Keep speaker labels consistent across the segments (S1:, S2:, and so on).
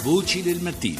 S1: Voci del mattino.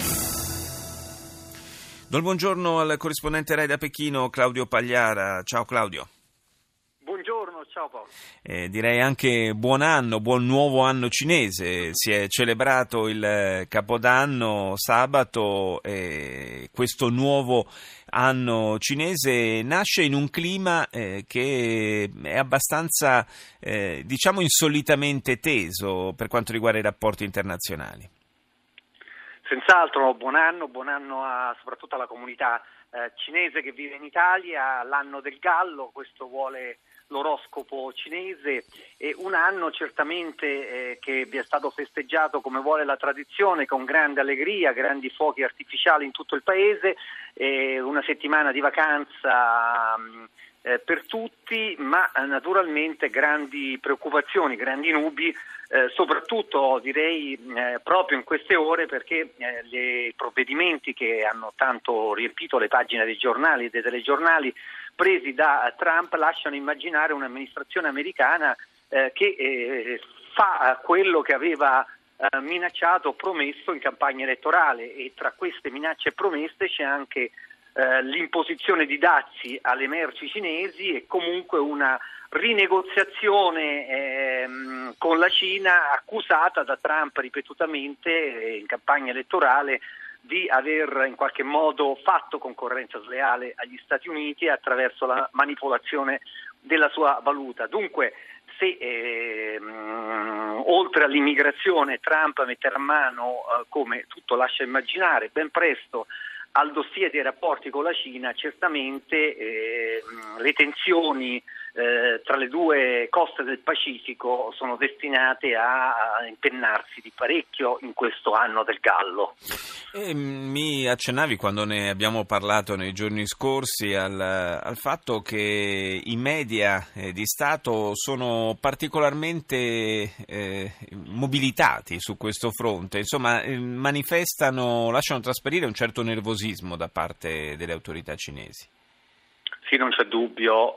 S1: Do il buongiorno al corrispondente Rai da Pechino, Claudio Pagliara. Ciao Claudio.
S2: Buongiorno, ciao Paolo.
S1: Direi anche buon anno, buon nuovo anno cinese. Si è celebrato il Capodanno sabato e questo nuovo anno cinese nasce in un clima che è abbastanza, diciamo, insolitamente teso per quanto riguarda i rapporti internazionali.
S2: Senz'altro buon anno soprattutto alla comunità cinese che vive in Italia, l'anno del gallo, questo vuole l'oroscopo cinese, e un anno certamente che vi è stato festeggiato come vuole la tradizione, con grande allegria, grandi fuochi artificiali in tutto il paese, una settimana di vacanza per tutti, ma naturalmente grandi preoccupazioni, grandi nubi, soprattutto direi proprio in queste ore, perché i provvedimenti che hanno tanto riempito le pagine dei giornali e dei telegiornali presi da Trump lasciano immaginare un'amministrazione americana che fa quello che aveva minacciato, promesso in campagna elettorale, e tra queste minacce e promesse c'è anche l'imposizione di dazi alle merci cinesi e comunque una rinegoziazione con la Cina, accusata da Trump ripetutamente in campagna elettorale di aver in qualche modo fatto concorrenza sleale agli Stati Uniti attraverso la manipolazione della sua valuta. Dunque, se oltre all'immigrazione Trump metterà mano, come tutto lascia immaginare, ben presto al dossier dei rapporti con la Cina, certamente le tensioni tra le due coste del Pacifico sono destinate a impennarsi di parecchio in questo anno del gallo.
S1: Mi accennavi, quando ne abbiamo parlato nei giorni scorsi, al fatto che i media di Stato sono particolarmente mobilitati su questo fronte, insomma lasciano trasparire un certo nervosismo da parte delle autorità cinesi.
S2: Sì, non c'è dubbio.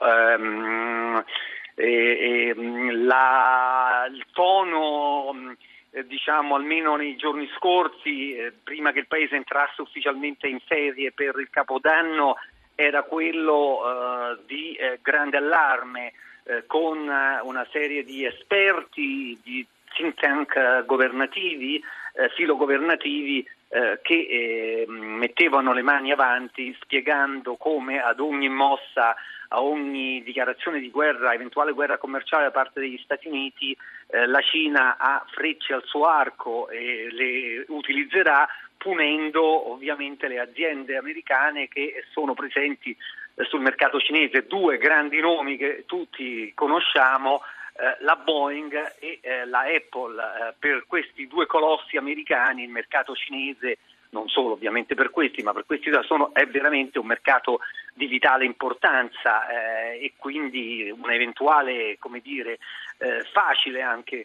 S2: Il tono, diciamo, almeno nei giorni scorsi, prima che il paese entrasse ufficialmente in ferie per il Capodanno, era quello di grande allarme, con una serie di esperti, di think tank governativi, filogovernativi, che mettevano le mani avanti spiegando come ad ogni mossa, a ogni dichiarazione di guerra, eventuale guerra commerciale da parte degli Stati Uniti, la Cina ha frecce al suo arco e le utilizzerà, punendo ovviamente le aziende americane che sono presenti sul mercato cinese. Due grandi nomi che tutti conosciamo, la Boeing e la Apple. Per questi due colossi americani il mercato cinese, non solo ovviamente per questi, ma per questi è veramente un mercato di vitale importanza, e quindi un'eventuale, facile anche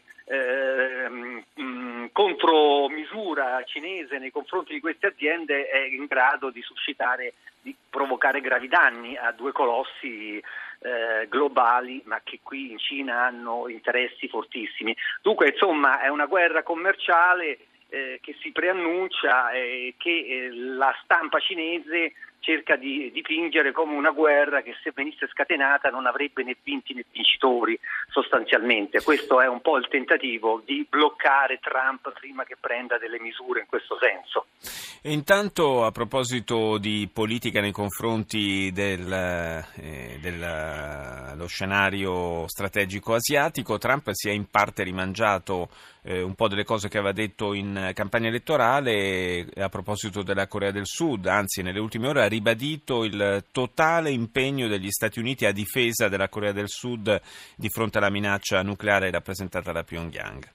S2: contromisura cinese nei confronti di queste aziende è in grado di provocare gravi danni a due colossi globali, ma che qui in Cina hanno interessi fortissimi. Dunque, insomma, è una guerra commerciale che si preannuncia e che la stampa cinese cerca di dipingere come una guerra che, se venisse scatenata, non avrebbe né vinti né vincitori, sostanzialmente. Questo è un po' il tentativo di bloccare Trump prima che prenda delle misure in questo senso.
S1: E intanto, a proposito di politica nei confronti dello scenario strategico asiatico, Trump si è in parte rimangiato un po' delle cose che aveva detto in campagna elettorale a proposito della Corea del Sud. Anzi, nelle ultime ore ha ribadito il totale impegno degli Stati Uniti a difesa della Corea del Sud di fronte alla minaccia nucleare rappresentata da Pyongyang.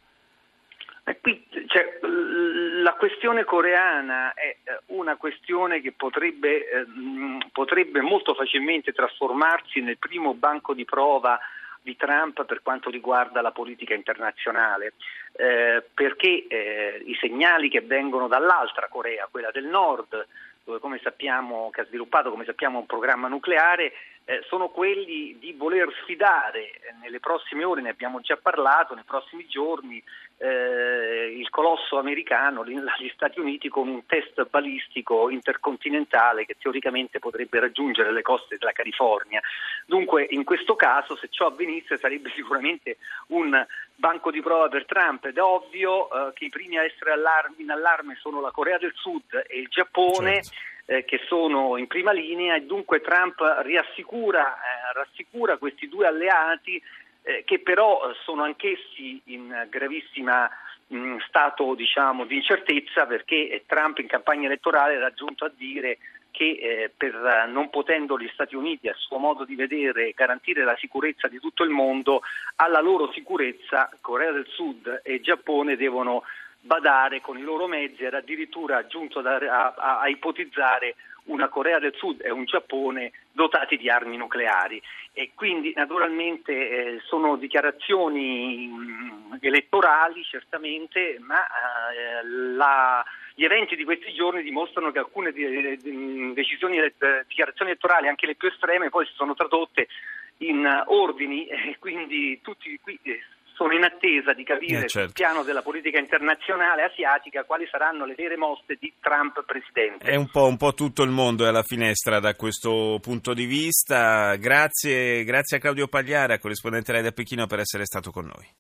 S2: La questione coreana è una questione che potrebbe molto facilmente trasformarsi nel primo banco di prova di Trump per quanto riguarda la politica internazionale, perché i segnali che vengono dall'altra Corea, quella del Nord, dove che ha sviluppato, come sappiamo, un programma nucleare, sono quelli di voler sfidare nelle prossime ore, ne abbiamo già parlato, nei prossimi giorni, il colosso americano, gli Stati Uniti, con un test balistico intercontinentale che teoricamente potrebbe raggiungere le coste della California. Dunque, in questo caso, se ciò avvenisse, sarebbe sicuramente un banco di prova per Trump, ed è ovvio che i primi a essere in allarme sono la Corea del Sud e il Giappone, certo, che sono in prima linea, e dunque Trump rassicura questi due alleati, che però sono anch'essi in gravissima stato, diciamo, di incertezza, perché Trump in campagna elettorale era giunto a dire che per non potendo gli Stati Uniti, a suo modo di vedere, garantire la sicurezza di tutto il mondo, alla loro sicurezza Corea del Sud e Giappone devono badare con i loro mezzi. Era addirittura giunto a ipotizzare una Corea del Sud e un Giappone dotati di armi nucleari. E quindi naturalmente sono dichiarazioni elettorali, certamente, ma gli eventi di questi giorni dimostrano che alcune dichiarazioni elettorali, anche le più estreme, poi si sono tradotte in ordini, e quindi tutti qui sono in attesa di capire sul piano della politica internazionale asiatica quali saranno le vere mosse di Trump presidente.
S1: È un po' tutto il mondo è alla finestra da questo punto di vista. Grazie a Claudio Pagliara, corrispondente Rai da Pechino, per essere stato con noi.